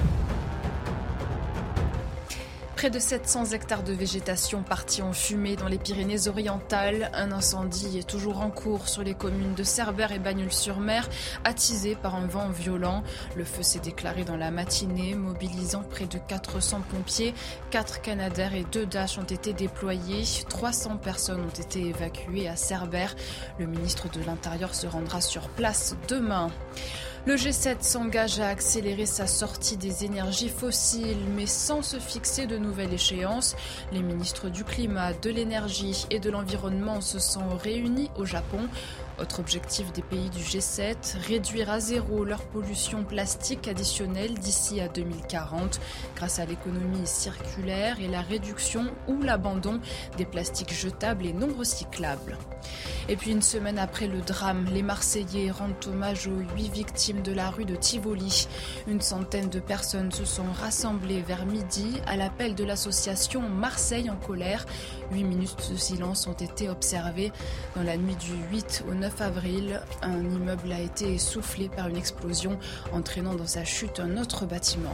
Près de 700 hectares de végétation partis en fumée dans les Pyrénées-Orientales. Un incendie est toujours en cours sur les communes de Cerbère et Bagnols-sur-Mer, attisé par un vent violent. Le feu s'est déclaré dans la matinée, mobilisant près de 400 pompiers. 4 Canadair et 2 Dash ont été déployés. 300 personnes ont été évacuées à Cerbère. Le ministre de l'Intérieur se rendra sur place demain. Le G7 s'engage à accélérer sa sortie des énergies fossiles, mais sans se fixer de nouvelles échéances. Les ministres du Climat, de l'Énergie et de l'Environnement se sont réunis au Japon. Autre objectif des pays du G7, réduire à zéro leur pollution plastique additionnelle d'ici à 2040 grâce à l'économie circulaire et la réduction ou l'abandon des plastiques jetables et non recyclables. Et puis une semaine après le drame, les Marseillais rendent hommage aux 8 victimes de la rue de Tivoli. Une centaine de personnes se sont rassemblées vers midi à l'appel de l'association Marseille en colère. 8 minutes de silence ont été observées. Dans la nuit du 8 au 9 avril, un immeuble a été essoufflé par une explosion, entraînant dans sa chute un autre bâtiment.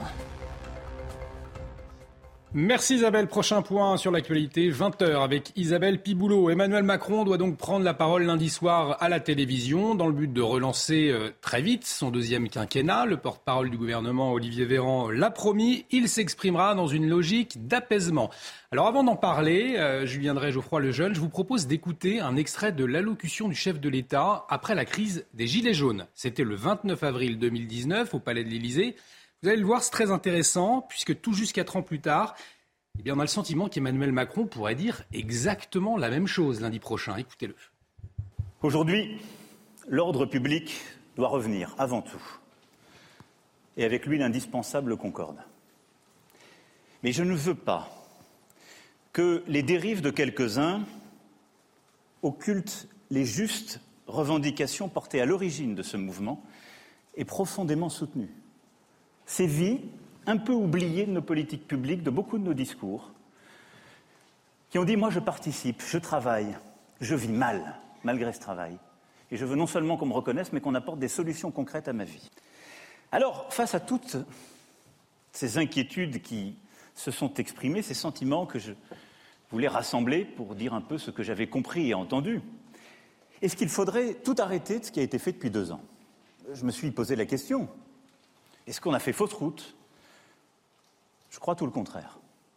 Merci Isabelle. Prochain point sur l'actualité, 20h avec Isabelle Piboulot. Emmanuel Macron doit donc prendre la parole lundi soir à la télévision dans le but de relancer très vite son deuxième quinquennat. Le porte-parole du gouvernement, Olivier Véran, l'a promis. Il s'exprimera dans une logique d'apaisement. Alors avant d'en parler, Julien Drey, Geoffroy Lejeune, je vous propose d'écouter un extrait de l'allocution du chef de l'État après la crise des Gilets jaunes. C'était le 29 avril 2019 au Palais de l'Élysée. Vous allez le voir, c'est très intéressant, puisque tout juste 4 ans plus tard, eh bien, on a le sentiment qu'Emmanuel Macron pourrait dire exactement la même chose lundi prochain. Écoutez-le. Aujourd'hui, l'ordre public doit revenir avant tout. Et avec lui, l'indispensable concorde. Mais je ne veux pas que les dérives de quelques-uns occultent les justes revendications portées à l'origine de ce mouvement et profondément soutenues. Ces vies un peu oubliées de nos politiques publiques, de beaucoup de nos discours, qui ont dit « moi je participe, je travaille, je vis mal, malgré ce travail. Et je veux non seulement qu'on me reconnaisse, mais qu'on apporte des solutions concrètes à ma vie. » Alors, face à toutes ces inquiétudes qui se sont exprimées, ces sentiments que je voulais rassembler pour dire un peu ce que j'avais compris et entendu, est-ce qu'il faudrait tout arrêter de ce qui a été fait depuis 2 ans ? Je me suis posé la question. Est-ce qu'on a fait fausse route ? Je crois tout le contraire.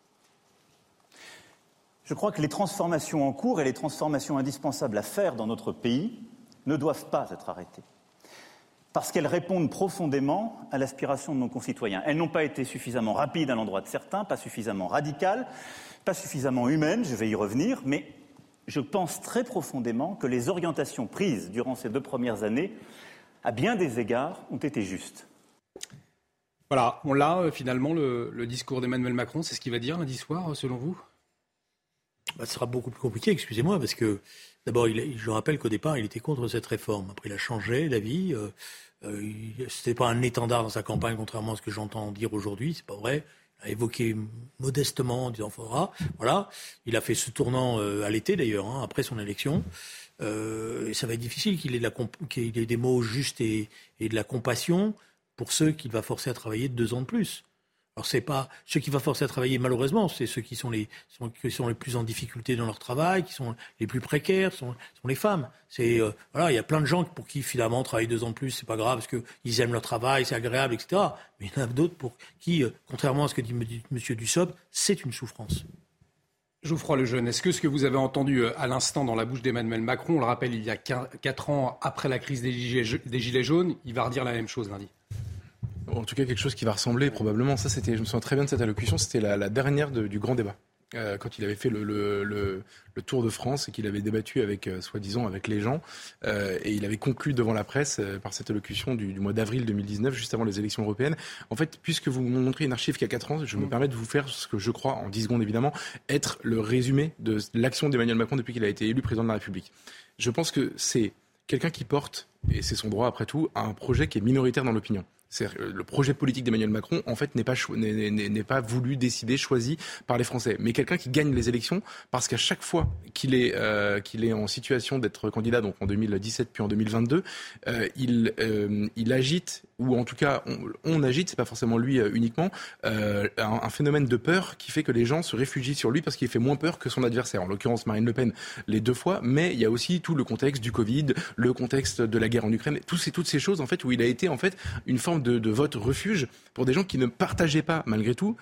Je crois que les transformations en cours et les transformations indispensables à faire dans notre pays ne doivent pas être arrêtées. Parce qu'elles répondent profondément à l'aspiration de nos concitoyens. Elles n'ont pas été suffisamment rapides à l'endroit de certains, pas suffisamment radicales, pas suffisamment humaines, je vais y revenir, mais je pense très profondément que les orientations prises durant ces 2 premières années, à bien des égards, ont été justes. Voilà, on l'a finalement, le discours d'Emmanuel Macron, c'est ce qu'il va dire lundi soir, selon vous ? Ce sera beaucoup plus compliqué, excusez-moi, parce que d'abord, je rappelle qu'au départ, il était contre cette réforme. Après, il a changé d'avis. C'était pas un étendard dans sa campagne, contrairement à ce que j'entends dire aujourd'hui. C'est pas vrai. Il a évoqué modestement en disant voilà. Il a fait ce tournant à l'été d'ailleurs, après son élection. Et ça va être difficile qu'il ait des mots justes et de la compassion pour ceux qu'il va forcer à travailler 2 ans de plus. Alors c'est pas ceux qu'il va forcer à travailler malheureusement, c'est ceux qui sont les plus en difficulté dans leur travail, qui sont les plus précaires, sont les femmes. Il y a plein de gens pour qui finalement travailler 2 ans de plus, c'est pas grave parce qu'ils aiment leur travail, c'est agréable, etc. Mais il y en a d'autres pour qui, contrairement à ce que dit M. Dussopt, c'est une souffrance. Geoffroy Lejeune, est-ce que ce que vous avez entendu à l'instant dans la bouche d'Emmanuel Macron, on le rappelle, il y a 4 ans après la crise des Gilets jaunes, il va redire la même chose lundi ? En tout cas, quelque chose qui va ressembler probablement. Ça, je me souviens très bien de cette allocution. C'était la dernière du grand débat. Quand il avait fait le tour de France et qu'il avait débattu soi-disant avec les gens. Et il avait conclu devant la presse par cette allocution du mois d'avril 2019, juste avant les élections européennes. En fait, puisque vous me montrez une archive qui a 4 ans, je me permets de vous faire ce que je crois, en 10 secondes évidemment, être le résumé de l'action d'Emmanuel Macron depuis qu'il a été élu président de la République. Je pense que c'est quelqu'un qui porte, et c'est son droit après tout, un projet qui est minoritaire dans l'opinion. Le projet politique d'Emmanuel Macron, en fait, n'est pas voulu, décidé, choisi par les Français. Mais quelqu'un qui gagne les élections, parce qu'à chaque fois qu'il est en situation d'être candidat, donc en 2017 puis en 2022, il agite, ou en tout cas on agite, c'est pas forcément lui uniquement, un phénomène de peur qui fait que les gens se réfugient sur lui parce qu'il fait moins peur que son adversaire. En l'occurrence Marine Le Pen les 2 fois, mais il y a aussi tout le contexte du Covid, le contexte de la guerre en Ukraine, toutes ces choses en fait où il a été en fait une forme de vote refuge pour des gens qui ne partageaient pas malgré tout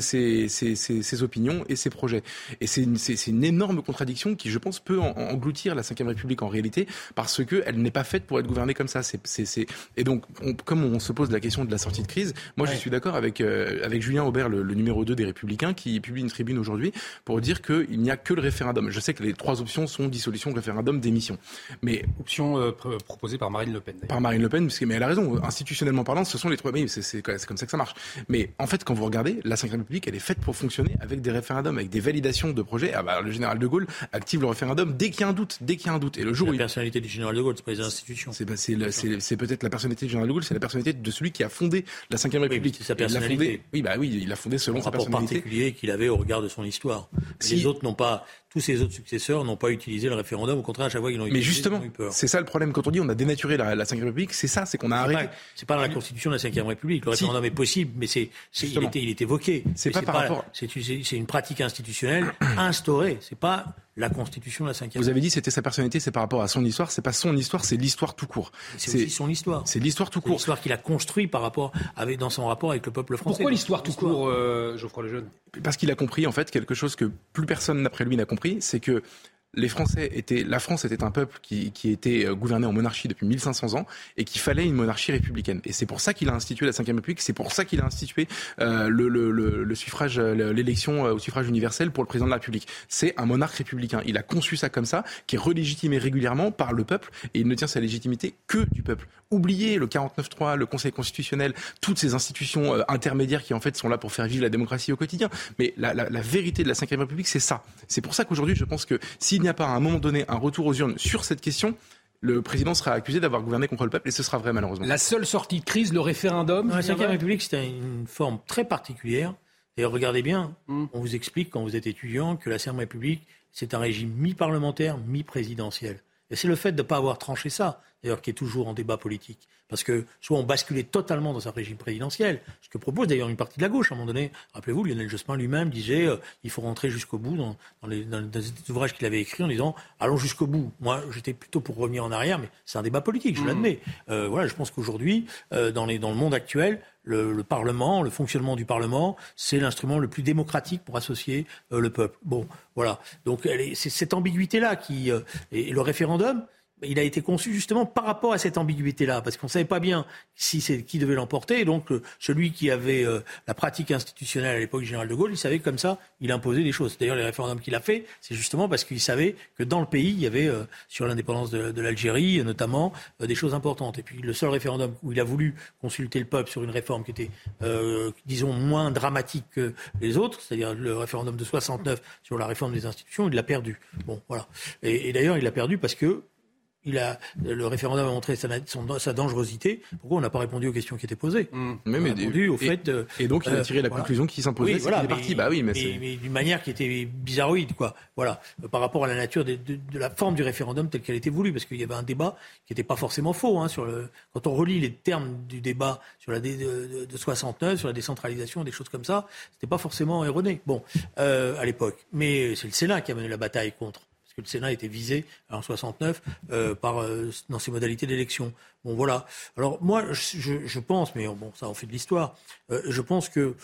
ses opinions et ses projets. Et c'est une énorme contradiction qui, je pense, peut engloutir la Ve République en réalité, parce qu'elle n'est pas faite pour être gouvernée comme ça. Et donc, comme on se pose la question de la sortie de crise, moi je suis d'accord avec Julien Aubert, le numéro 2 des Républicains, qui publie une tribune aujourd'hui pour dire qu'il n'y a que le référendum. Je sais que les 3 options sont dissolution, référendum, démission. Mais option proposée par Marine Le Pen. D'ailleurs. Par Marine Le Pen, mais elle a raison. Institutionnellement parlant, ce sont les 3. Mais c'est comme ça que ça marche. Mais en fait, quand vous regardez, la Ve République, elle est faite pour fonctionner avec des référendums, avec des validations de projets. Le général de Gaulle active le référendum dès qu'il y a un doute. Et le jour la personnalité du général de Gaulle, c'est pas les institutions. C'est peut-être la personnalité du général de Gaulle, c'est la personnalité de celui qui a fondé la Ve République. C'est sa personnalité. Il l'a fondé selon sa personnalité. Rapport particulier qu'il avait au regard de son histoire. Les autres n'ont pas tous ses autres successeurs n'ont pas utilisé le référendum. Au contraire, à chaque fois qu'ils l'ont utilisé, Mais justement, ils ont eu peur. c'est ça le problème. Quand on dit on a dénaturé la Ve République, c'est ça, c'est qu'on a arrêté. C'est pas dans la Constitution de la Ve République. Le référendum est possible, mais il est évoqué. C'est pas par rapport. C'est une pratique institutionnelle instaurée. C'est pas la Constitution de la Ve République. Vous avez dit c'était sa personnalité, c'est par rapport à son histoire. C'est pas son histoire, c'est l'histoire tout court. C'est aussi son histoire. C'est l'histoire tout court. L'histoire qu'il a construite dans son rapport avec le peuple français. Pourquoi l'histoire tout court, Geoffroy Lejeune ? Parce qu'il a compris en fait quelque chose que plus personne après lui n'a compris, c'est que la France était un peuple qui était gouverné en monarchie depuis 1500 ans et qu'il fallait une monarchie républicaine. Et c'est pour ça qu'il a institué la Ve République, c'est pour ça qu'il a institué le suffrage, l'élection au suffrage universel pour le président de la République. C'est un monarque républicain. Il a conçu ça comme ça, qui est relégitimé régulièrement par le peuple et il ne tient sa légitimité que du peuple. Oubliez le 49.3, le Conseil constitutionnel, toutes ces institutions intermédiaires qui en fait sont là pour faire vivre la démocratie au quotidien. Mais la vérité de la Ve République, c'est ça. C'est pour ça qu'aujourd'hui, je pense que s'il n'y a pas à un moment donné un retour aux urnes sur cette question, le président sera accusé d'avoir gouverné contre le peuple et ce sera vrai malheureusement. La seule sortie de crise, le référendum. La Ve République, c'était une forme très particulière. D'ailleurs, regardez bien, on vous explique quand vous êtes étudiant que la Ve République, c'est un régime mi-parlementaire, mi-présidentiel. Et c'est le fait de ne pas avoir tranché ça, d'ailleurs, qui est toujours en débat politique. Parce que soit on basculait totalement dans un régime présidentiel, ce que propose d'ailleurs une partie de la gauche. À un moment donné, rappelez-vous, Lionel Jospin lui-même disait il faut rentrer jusqu'au bout dans les ouvrages qu'il avait écrits en disant allons jusqu'au bout. Moi, j'étais plutôt pour revenir en arrière, mais c'est un débat politique, je l'admets. Je pense qu'aujourd'hui, dans le monde actuel, le Parlement, le fonctionnement du Parlement, c'est l'instrument le plus démocratique pour associer le peuple. Bon, voilà. Donc c'est cette ambiguïté-là et le référendum, il a été conçu justement par rapport à cette ambiguïté-là, parce qu'on ne savait pas bien qui devait l'emporter. Et donc, celui qui avait la pratique institutionnelle à l'époque du général de Gaulle, il savait que comme ça, il imposait des choses. D'ailleurs, les référendums qu'il a fait, c'est justement parce qu'il savait que dans le pays, il y avait, sur l'indépendance de l'Algérie, notamment, des choses importantes. Et puis, le seul référendum où il a voulu consulter le peuple sur une réforme qui était, disons, moins dramatique que les autres, c'est-à-dire le référendum de 69 sur la réforme des institutions, il l'a perdu. Bon, voilà. Et d'ailleurs, il l'a perdu parce que le référendum a montré sa dangerosité. Pourquoi on n'a pas répondu aux questions qui étaient posées on a répondu au fait... Et donc, il a tiré la conclusion qui s'imposait, c'est qu'il est parti. Mais d'une manière qui était bizarroïde, quoi. Voilà. Par rapport à la nature de la forme du référendum telle qu'elle était voulue. Parce qu'il y avait un débat qui n'était pas forcément faux. Quand on relit les termes du débat sur de 69, sur la décentralisation, des choses comme ça, c'était pas forcément erroné. Bon, à l'époque. Mais c'est le Sénat qui a mené la bataille contre. Que le Sénat était visé en 69 dans ses modalités d'élection. Bon, voilà. Alors moi, je pense, mais bon, ça en fait de l'histoire, je pense que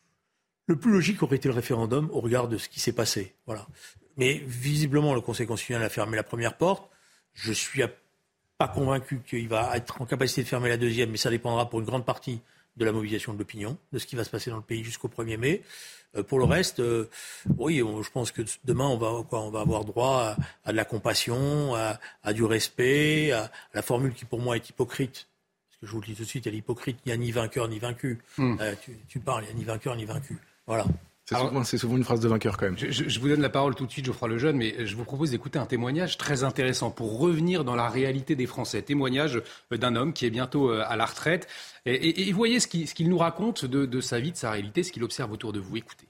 le plus logique aurait été le référendum au regard de ce qui s'est passé. Voilà. Mais visiblement, le Conseil constitutionnel a fermé la première porte. Je suis pas convaincu qu'il va être en capacité de fermer la deuxième, mais ça dépendra pour une grande partie de la mobilisation de l'opinion, de ce qui va se passer dans le pays jusqu'au 1er mai. Pour le reste, oui, je pense que demain, on va avoir droit à de la compassion, à du respect, à la formule qui, pour moi, est hypocrite. Parce que je vous le dis tout de suite, elle est hypocrite. Il n'y a ni vainqueur ni vaincu. Tu parles, il n'y a ni vainqueur ni vaincu. Voilà. C'est souvent une phrase de vainqueur quand même. Je vous donne la parole tout de suite, Geoffroy Lejeune, mais je vous propose d'écouter un témoignage très intéressant pour revenir dans la réalité des Français. Témoignage d'un homme qui est bientôt à la retraite. Et voyez ce qu'il nous raconte de sa vie, de sa réalité, ce qu'il observe autour de vous. Écoutez.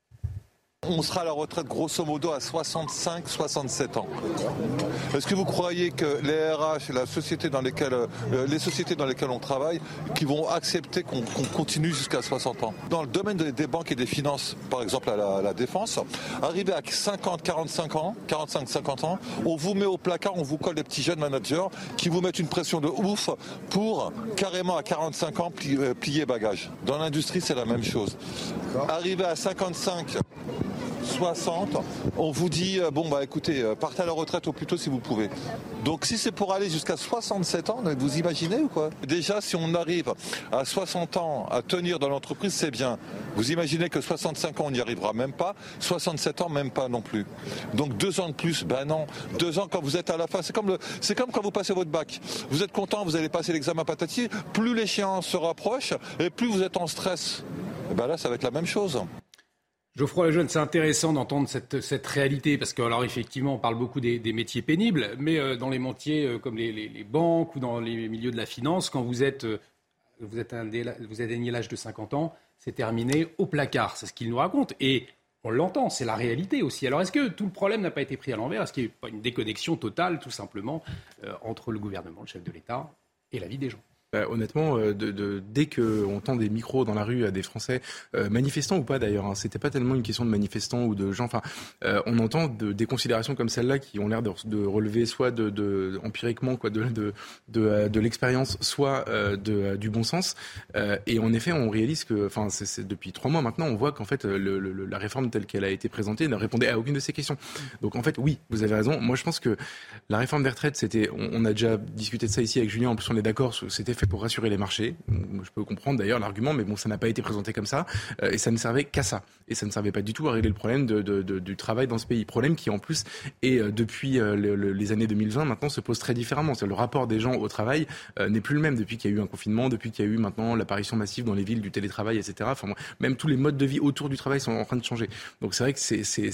On sera à la retraite grosso modo à 65-67 ans. Est-ce que vous croyez que les RH et les sociétés dans lesquelles on travaille, qui vont accepter qu'on continue jusqu'à 60 ans? Dans le domaine des banques et des finances, par exemple à la défense, arrivé à 45-50 ans, on vous met au placard, on vous colle des petits jeunes managers qui vous mettent une pression de ouf pour carrément à 45 ans plier bagage. Dans l'industrie, c'est la même chose. Arrivé à 55, 60, on vous dit écoutez, partez à la retraite au plus tôt si vous pouvez. Donc si c'est pour aller jusqu'à 67 ans, vous imaginez ou quoi? Déjà, si on arrive à 60 ans à tenir dans l'entreprise, c'est bien. Vous imaginez que 65 ans, on n'y arrivera même pas, 67 ans, même pas non plus. Donc 2 ans de plus, non. 2 ans quand vous êtes à la fin, c'est comme quand vous passez votre bac. Vous êtes content, vous allez passer l'examen patati, plus l'échéance se rapproche et plus vous êtes en stress. Et là, ça va être la même chose. Geoffroy Lejeune, c'est intéressant d'entendre cette réalité, parce que, alors effectivement, on parle beaucoup des métiers pénibles, mais dans les métiers comme les banques ou dans les milieux de la finance, quand vous atteignez l'âge de 50 ans, c'est terminé au placard. C'est ce qu'il nous raconte. Et On l'entend, c'est la réalité aussi. Alors est-ce que tout le problème n'a pas été pris à l'envers ? Est-ce qu'il n'y a pas une déconnexion totale, tout simplement, entre le gouvernement, le chef de l'État et la vie des gens ? Honnêtement, dès qu'on tend des micros dans la rue à des Français, manifestants ou pas d'ailleurs, hein, c'était pas tellement une question de manifestants ou de gens, on entend des considérations comme celle-là qui ont l'air de relever soit empiriquement de l'expérience, soit du bon sens. Et en effet, on réalise que, c'est depuis 3 mois maintenant, on voit qu'en fait la réforme telle qu'elle a été présentée ne répondait à aucune de ces questions. Donc en fait, oui, vous avez raison. Moi, je pense que la réforme des retraites, on a déjà discuté de ça ici avec Julien. En plus, on est d'accord, c'était fait pour rassurer les marchés. Je peux comprendre d'ailleurs l'argument, mais bon, ça n'a pas été présenté comme ça. Et ça ne servait qu'à ça. Et ça ne servait pas du tout à régler le problème du travail dans ce pays. Problème qui, en plus, depuis les années 2020, maintenant, se pose très différemment. C'est-à-dire, le rapport des gens au travail n'est plus le même depuis qu'il y a eu un confinement, depuis qu'il y a eu maintenant l'apparition massive dans les villes du télétravail, etc. Même tous les modes de vie autour du travail sont en train de changer. Donc c'est vrai que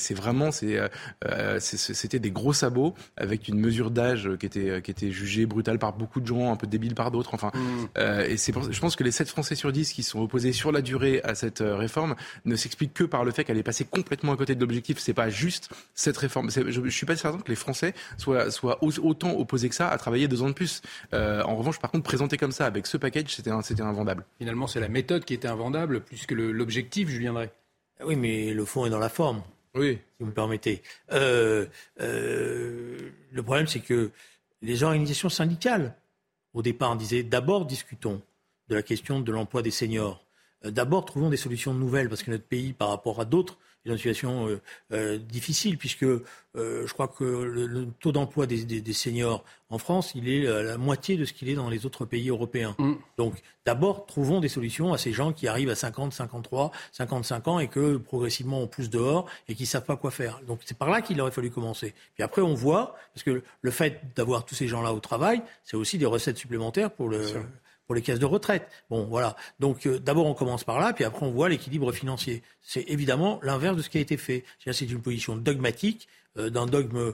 c'était des gros sabots avec une mesure d'âge qui était jugée brutale par beaucoup de gens, un peu débile par d'autres. Et je pense que les 7 Français sur 10 qui sont opposés sur la durée à cette réforme ne s'expliquent que par le fait qu'elle est passée complètement à côté de l'objectif. C'est pas juste cette réforme. Je suis pas certain que les Français soient autant opposés que ça à travailler 2 ans de plus. En revanche, par contre, présenté comme ça avec ce package, c'était invendable. Finalement, c'est la méthode qui était invendable plus que l'objectif, Julien Drey. Oui, mais le fond est dans la forme. Oui, si vous me permettez. Le problème, c'est que les organisations syndicales, au départ, disaient d'abord discutons de la question de l'emploi des seniors. D'abord, trouvons des solutions nouvelles, parce que notre pays, par rapport à d'autres, est dans une situation difficile, puisque je crois que le taux d'emploi des seniors en France, il est la moitié de ce qu'il est dans les autres pays européens. Donc, d'abord, trouvons des solutions à ces gens qui arrivent à 50, 53, 55 ans et que progressivement on pousse dehors et qui ne savent pas quoi faire. Donc, c'est par là qu'il aurait fallu commencer. Puis après, on voit, parce que le fait d'avoir tous ces gens-là au travail, c'est aussi des recettes supplémentaires pour les caisses de retraite. Bon, voilà. Donc, d'abord, on commence par là, puis après, on voit l'équilibre financier. C'est évidemment l'inverse de ce qui a été fait. C'est une position dogmatique, d'un dogme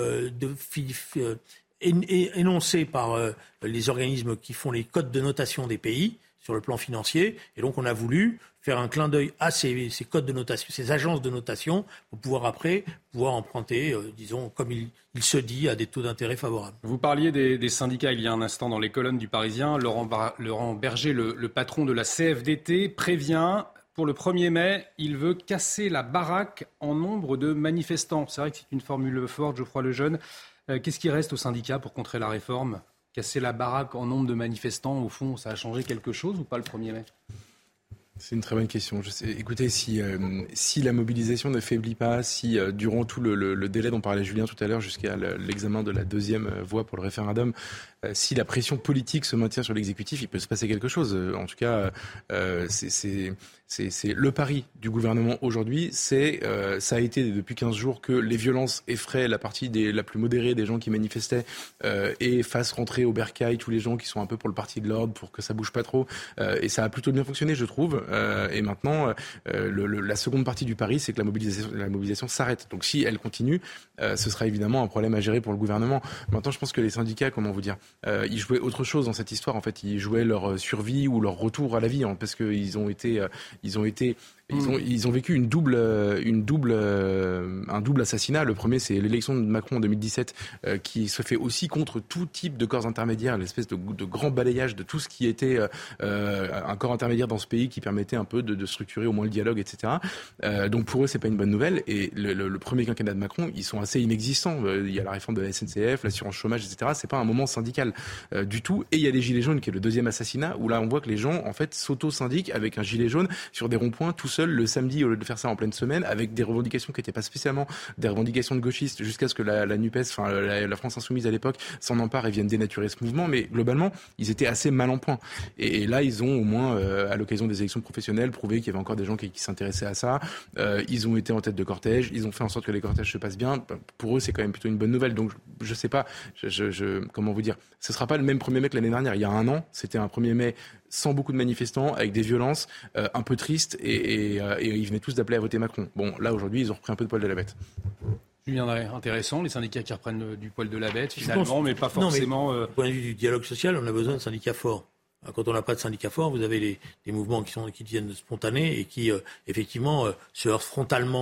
énoncé par les organismes qui font les codes de notation des pays sur le plan financier. Et donc, on a voulu faire un clin d'œil à ces codes de notation, ces agences de notation, pour pouvoir emprunter, disons, comme il se dit, à des taux d'intérêt favorables. Vous parliez des syndicats il y a un instant dans les colonnes du Parisien. Laurent Berger, le patron de la CFDT, prévient. Pour le 1er mai, il veut casser la baraque en nombre de manifestants. C'est vrai que c'est une formule forte, Geoffroy Lejeune. Qu'est-ce qui reste aux syndicats pour contrer la réforme ? Casser la baraque en nombre de manifestants, au fond, ça a changé quelque chose ou pas le 1er mai ? C'est une très bonne question. Écoutez, si la mobilisation ne faiblit pas, si durant tout le délai dont parlait Julien tout à l'heure jusqu'à l'examen de la 2e voie pour le référendum, si la pression politique se maintient sur l'exécutif, il peut se passer quelque chose. En tout cas, c'est le pari du gouvernement aujourd'hui. Ça a été depuis 15 jours que les violences effraient la partie la plus modérée des gens qui manifestaient et fassent rentrer au bercail tous les gens qui sont un peu pour le parti de l'ordre, pour que ça bouge pas trop. Et ça a plutôt bien fonctionné, je trouve. Et maintenant, la seconde partie du pari, c'est que la mobilisation s'arrête. Donc si elle continue, ce sera évidemment un problème à gérer pour le gouvernement. Maintenant, je pense que les syndicats, comment vous dire, ils jouaient autre chose dans cette histoire. En fait, ils jouaient leur survie ou leur retour à la vie, parce qu'ils ont vécu un double assassinat. Le premier, c'est l'élection de Macron en 2017, qui se fait aussi contre tout type de corps intermédiaires, l'espèce de grand balayage de tout ce qui était un corps intermédiaire dans ce pays qui permettait un peu de structurer au moins le dialogue, etc. Donc pour eux, c'est pas une bonne nouvelle. Et le premier quinquennat de Macron, ils sont assez inexistants. Il y a la réforme de la SNCF, l'assurance chômage, etc. C'est pas un moment syndical du tout. Et il y a les gilets jaunes, qui est le deuxième assassinat, où là, on voit que les gens, en fait, s'auto-syndiquent avec un gilet jaune sur des ronds-points tout seul le samedi au lieu de faire ça en pleine semaine, avec des revendications qui n'étaient pas spécialement des revendications de gauchistes, jusqu'à ce que la NUPES, la France Insoumise à l'époque, s'en empare et vienne dénaturer ce mouvement. Mais globalement, ils étaient assez mal en point. Et là, ils ont au moins, à l'occasion des élections professionnelles, prouvé qu'il y avait encore des gens qui s'intéressaient à ça. Ils ont été en tête de cortège, ils ont fait en sorte que les cortèges se passent bien. Pour eux, c'est quand même plutôt une bonne nouvelle. Donc, je sais pas, comment vous dire, ce sera pas le même 1er mai que l'année dernière. Il y a un an, c'était un 1er mai sans beaucoup de manifestants, avec des violences, un peu tristes, et ils venaient tous d'appeler à voter Macron. Bon, là, aujourd'hui, ils ont repris un peu de poil de la bête. Julien Drey, intéressant, les syndicats qui reprennent du poil de la bête, finalement, mais pas forcément... Du point de vue du dialogue social, on a besoin de syndicats forts. Quand on n'a pas de syndicats forts, vous avez des mouvements qui deviennent spontanés et qui, effectivement, se heurtent frontalement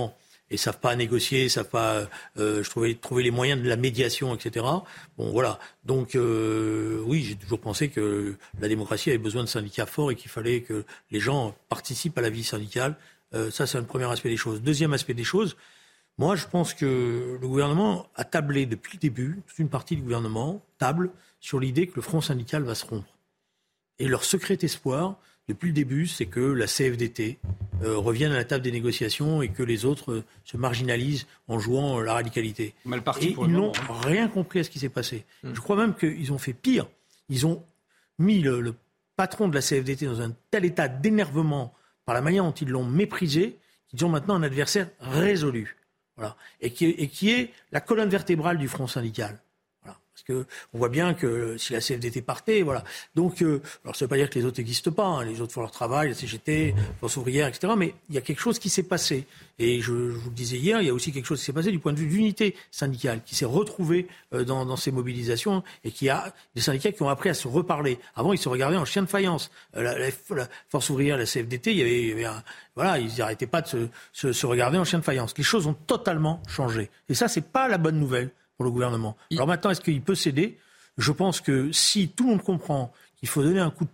et savent pas négocier, savent pas trouver les moyens de la médiation, etc. Bon, voilà. Donc, oui, j'ai toujours pensé que la démocratie avait besoin de syndicats forts et qu'il fallait que les gens participent à la vie syndicale. Ça, c'est un premier aspect des choses. Deuxième aspect des choses, moi, je pense que le gouvernement a tablé depuis le début, toute une partie du gouvernement table sur l'idée que le front syndical va se rompre. Et leur secret espoir, depuis le début, c'est que la CFDT revienne à la table des négociations et que les autres se marginalisent en jouant la radicalité. Mal parti et pour ils le n'ont moment. rien compris à ce qui s'est passé. Je crois même qu'ils ont fait pire. Ils ont mis le patron de la CFDT dans un tel état d'énervement par la manière dont ils l'ont méprisé qu'ils ont maintenant un adversaire résolu. Voilà. Et qui est la colonne vertébrale du front syndical. Voilà. Parce que on voit bien que si la CFDT partait, voilà. Donc, alors ça ne veut pas dire que les autres n'existent pas. Hein. Les autres font leur travail, la CGT, Force ouvrière, etc. Mais il y a quelque chose qui s'est passé. Et je vous le disais hier, il y a aussi quelque chose qui s'est passé du point de vue d'unité syndicale, qui s'est retrouvée dans ces mobilisations et qui a des syndicats qui ont appris à se reparler. Avant, ils se regardaient en chien de faïence. La Force ouvrière, la CFDT, il y avait voilà, ils n'arrêtaient pas de se regarder en chien de faïence. Les choses ont totalement changé. Et ça, c'est pas la bonne nouvelle pour le gouvernement. Alors maintenant, est-ce qu'il peut céder ? Je pense que si tout le monde comprend qu'il faut donner un coup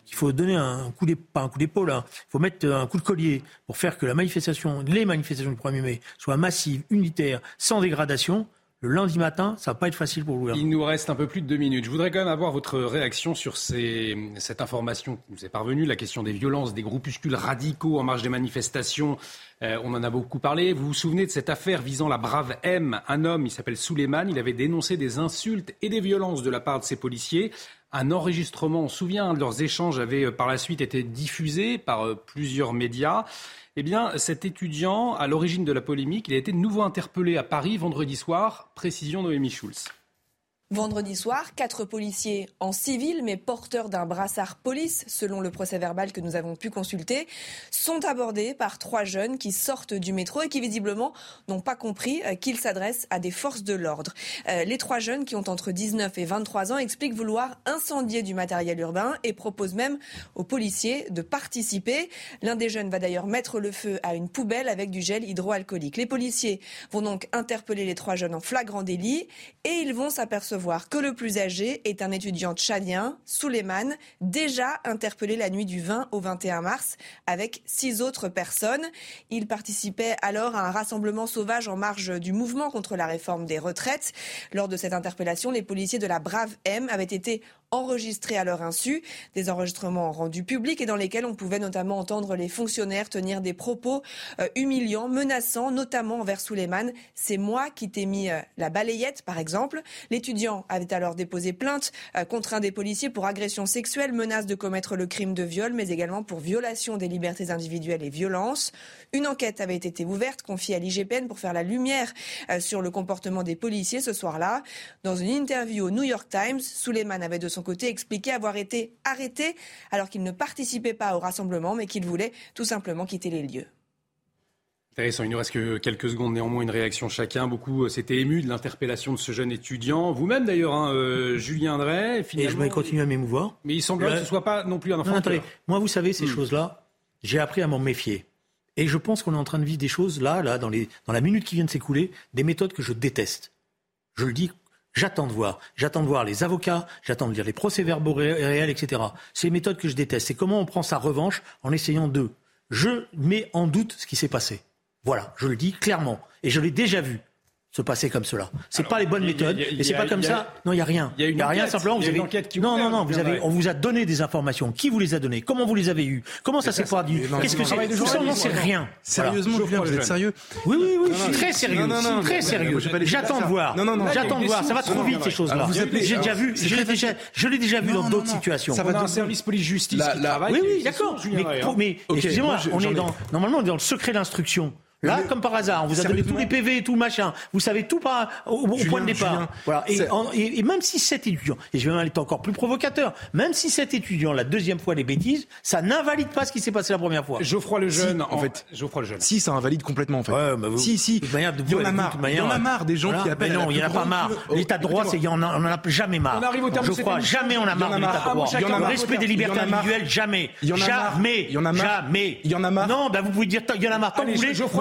d'épaule, hein, il faut mettre un coup de collier pour faire que les manifestations du 1er mai soient massives, unitaires, sans dégradation. Le lundi matin, ça va pas être facile pour le gouvernement. Il nous reste un peu plus de 2 minutes. Je voudrais quand même avoir votre réaction sur cette information qui nous est parvenue, la question des violences, des groupuscules radicaux en marge des manifestations. On en a beaucoup parlé. Vous vous souvenez de cette affaire visant la brave M, un homme, il s'appelle Souleymane. Il avait dénoncé des insultes et des violences de la part de ses policiers. Un enregistrement, on se souvient, de leurs échanges avait par la suite été diffusé par plusieurs médias. Eh bien, cet étudiant, à l'origine de la polémique, il a été de nouveau interpellé à Paris vendredi soir. Précision Noémie Schulz. Vendredi soir, 4 policiers en civil, mais porteurs d'un brassard police, selon le procès-verbal que nous avons pu consulter, sont abordés par 3 jeunes qui sortent du métro et qui visiblement n'ont pas compris qu'ils s'adressent à des forces de l'ordre. Les 3 jeunes, qui ont entre 19 et 23 ans, expliquent vouloir incendier du matériel urbain et proposent même aux policiers de participer. L'un des jeunes va d'ailleurs mettre le feu à une poubelle avec du gel hydroalcoolique. Les policiers vont donc interpeller les 3 jeunes en flagrant délit et ils vont s'apercevoir que le plus âgé est un étudiant tchadien, Souleymane, déjà interpellé la nuit du 20 au 21 mars avec 6 autres personnes. Il participait alors à un rassemblement sauvage en marge du mouvement contre la réforme des retraites. Lors de cette interpellation, les policiers de la Brave M avaient été enregistrés à leur insu, des enregistrements rendus publics et dans lesquels on pouvait notamment entendre les fonctionnaires tenir des propos humiliants, menaçants, notamment envers Souleymane. C'est moi qui t'ai mis la balayette, par exemple. L'étudiant avait alors déposé plainte contre un des policiers pour agression sexuelle, menace de commettre le crime de viol, mais également pour violation des libertés individuelles et violence. Une enquête avait été ouverte, confiée à l'IGPN pour faire la lumière sur le comportement des policiers ce soir-là. Dans une interview au New York Times, Souleymane avait de son côté expliqué avoir été arrêté alors qu'il ne participait pas au rassemblement, mais qu'il voulait tout simplement quitter les lieux. Intéressant, il nous reste que quelques secondes, néanmoins une réaction chacun. Beaucoup s'étaient émus de l'interpellation de ce jeune étudiant. Vous-même d'ailleurs, Julien Drey. Et je vais continuer à m'émouvoir. Mais il semblerait que ce ne soit pas non plus un enfant. Non, attendez, moi vous savez, ces choses-là, j'ai appris à m'en méfier. Et je pense qu'on est en train de vivre des choses, là dans la minute qui vient de s'écouler, des méthodes que je déteste. Je le dis. J'attends de voir les avocats, j'attends de lire les procès-verbaux réels, etc. C'est les méthodes que je déteste. C'est comment on prend sa revanche en essayant Je mets en doute ce qui s'est passé. Voilà, je le dis clairement. Et je l'ai déjà vu se passer comme cela. C'est pas les bonnes méthodes, et c'est pas comme ça. Non, il y a rien. Il y a rien, simplement vous avez Non, on vous a donné des informations. Qui vous les a données? Comment vous les avez eues? Comment ça s'est produit? Qu'est-ce que c'est? Tout ça, on n'en sait rien. Sérieusement, Julien, vous êtes sérieux? Oui, je suis très sérieux. Très sérieux. J'attends de voir. J'attends de voir. Ça va trop vite, ces choses-là. J'ai déjà vu, je l'ai déjà vu dans d'autres situations. Ça va dans un service police-justice qui travaille. Oui, d'accord. Mais excusez-moi, normalement, on est dans le secret d'instruction. Là, comme par hasard, on vous a donné tous les PV et tout machin. Vous savez tout au point de départ. Voilà. Et même si cet étudiant, et je vais même être encore plus provocateur, même si cet étudiant, la deuxième fois, les bêtises, ça n'invalide pas ce qui s'est passé la première fois. Geoffroy Lejeune, Geoffroy Lejeune. Si, ça invalide complètement, en fait. Ouais, si. Il y en a marre. Il y en a marre des gens qui appellent. Mais non, il n'y en a pas marre. L'état de droit, on n'en a jamais marre. On arrive au terme de cette émission. Jamais on a marre de l'état de droit. Le respect des libertés individuelles, jamais. Jamais. Il y en a marre. Non, vous pouvez dire, il y en a marre tant que vous voulez. Moi,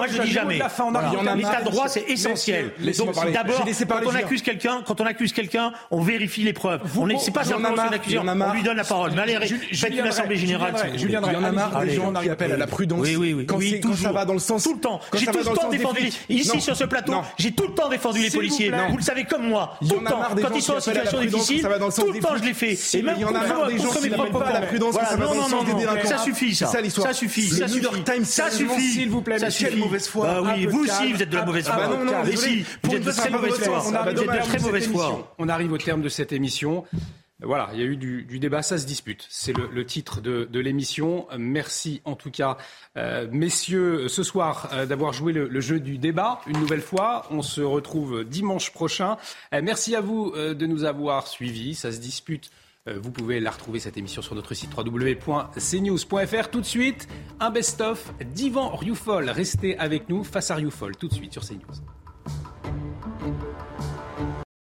je dis jamais. L'état de droit, c'est essentiel. Donc d'abord, quand on accuse quelqu'un, on vérifie les preuves. C'est pas simplement son accusation, on lui donne la parole. Mais allez, faites une assemblée générale. Il y en a marre des gens qui appellent à la prudence. Quand ça va dans le sens. Tout le temps. J'ai tout le temps défendu. Ici, sur ce plateau, j'ai tout le temps défendu les policiers. Vous le savez comme moi. Tout le temps. Quand ils sont en situation difficile, tout le temps je l'ai fait. Et même contre mes propres parents. Non. Ça suffit, ça. Ça suffit. Ça suffit. S'il vous plaît, quelle mauvaise foi. Oui, vous aussi, vous êtes de la mauvaise foi. Non, si, vous êtes de très mauvaise foi. On arrive au terme de cette émission. Voilà, il y a eu du débat, ça se dispute. C'est le titre de l'émission. Merci en tout cas, messieurs, ce soir, d'avoir joué le jeu du débat une nouvelle fois. On se retrouve dimanche prochain. Merci à vous de nous avoir suivis. Ça se dispute. Vous pouvez la retrouver, cette émission, sur notre site www.cnews.fr. Tout de suite, un best-of d'Yvan Rioufol. Restez avec nous face à Rioufol, tout de suite sur CNews.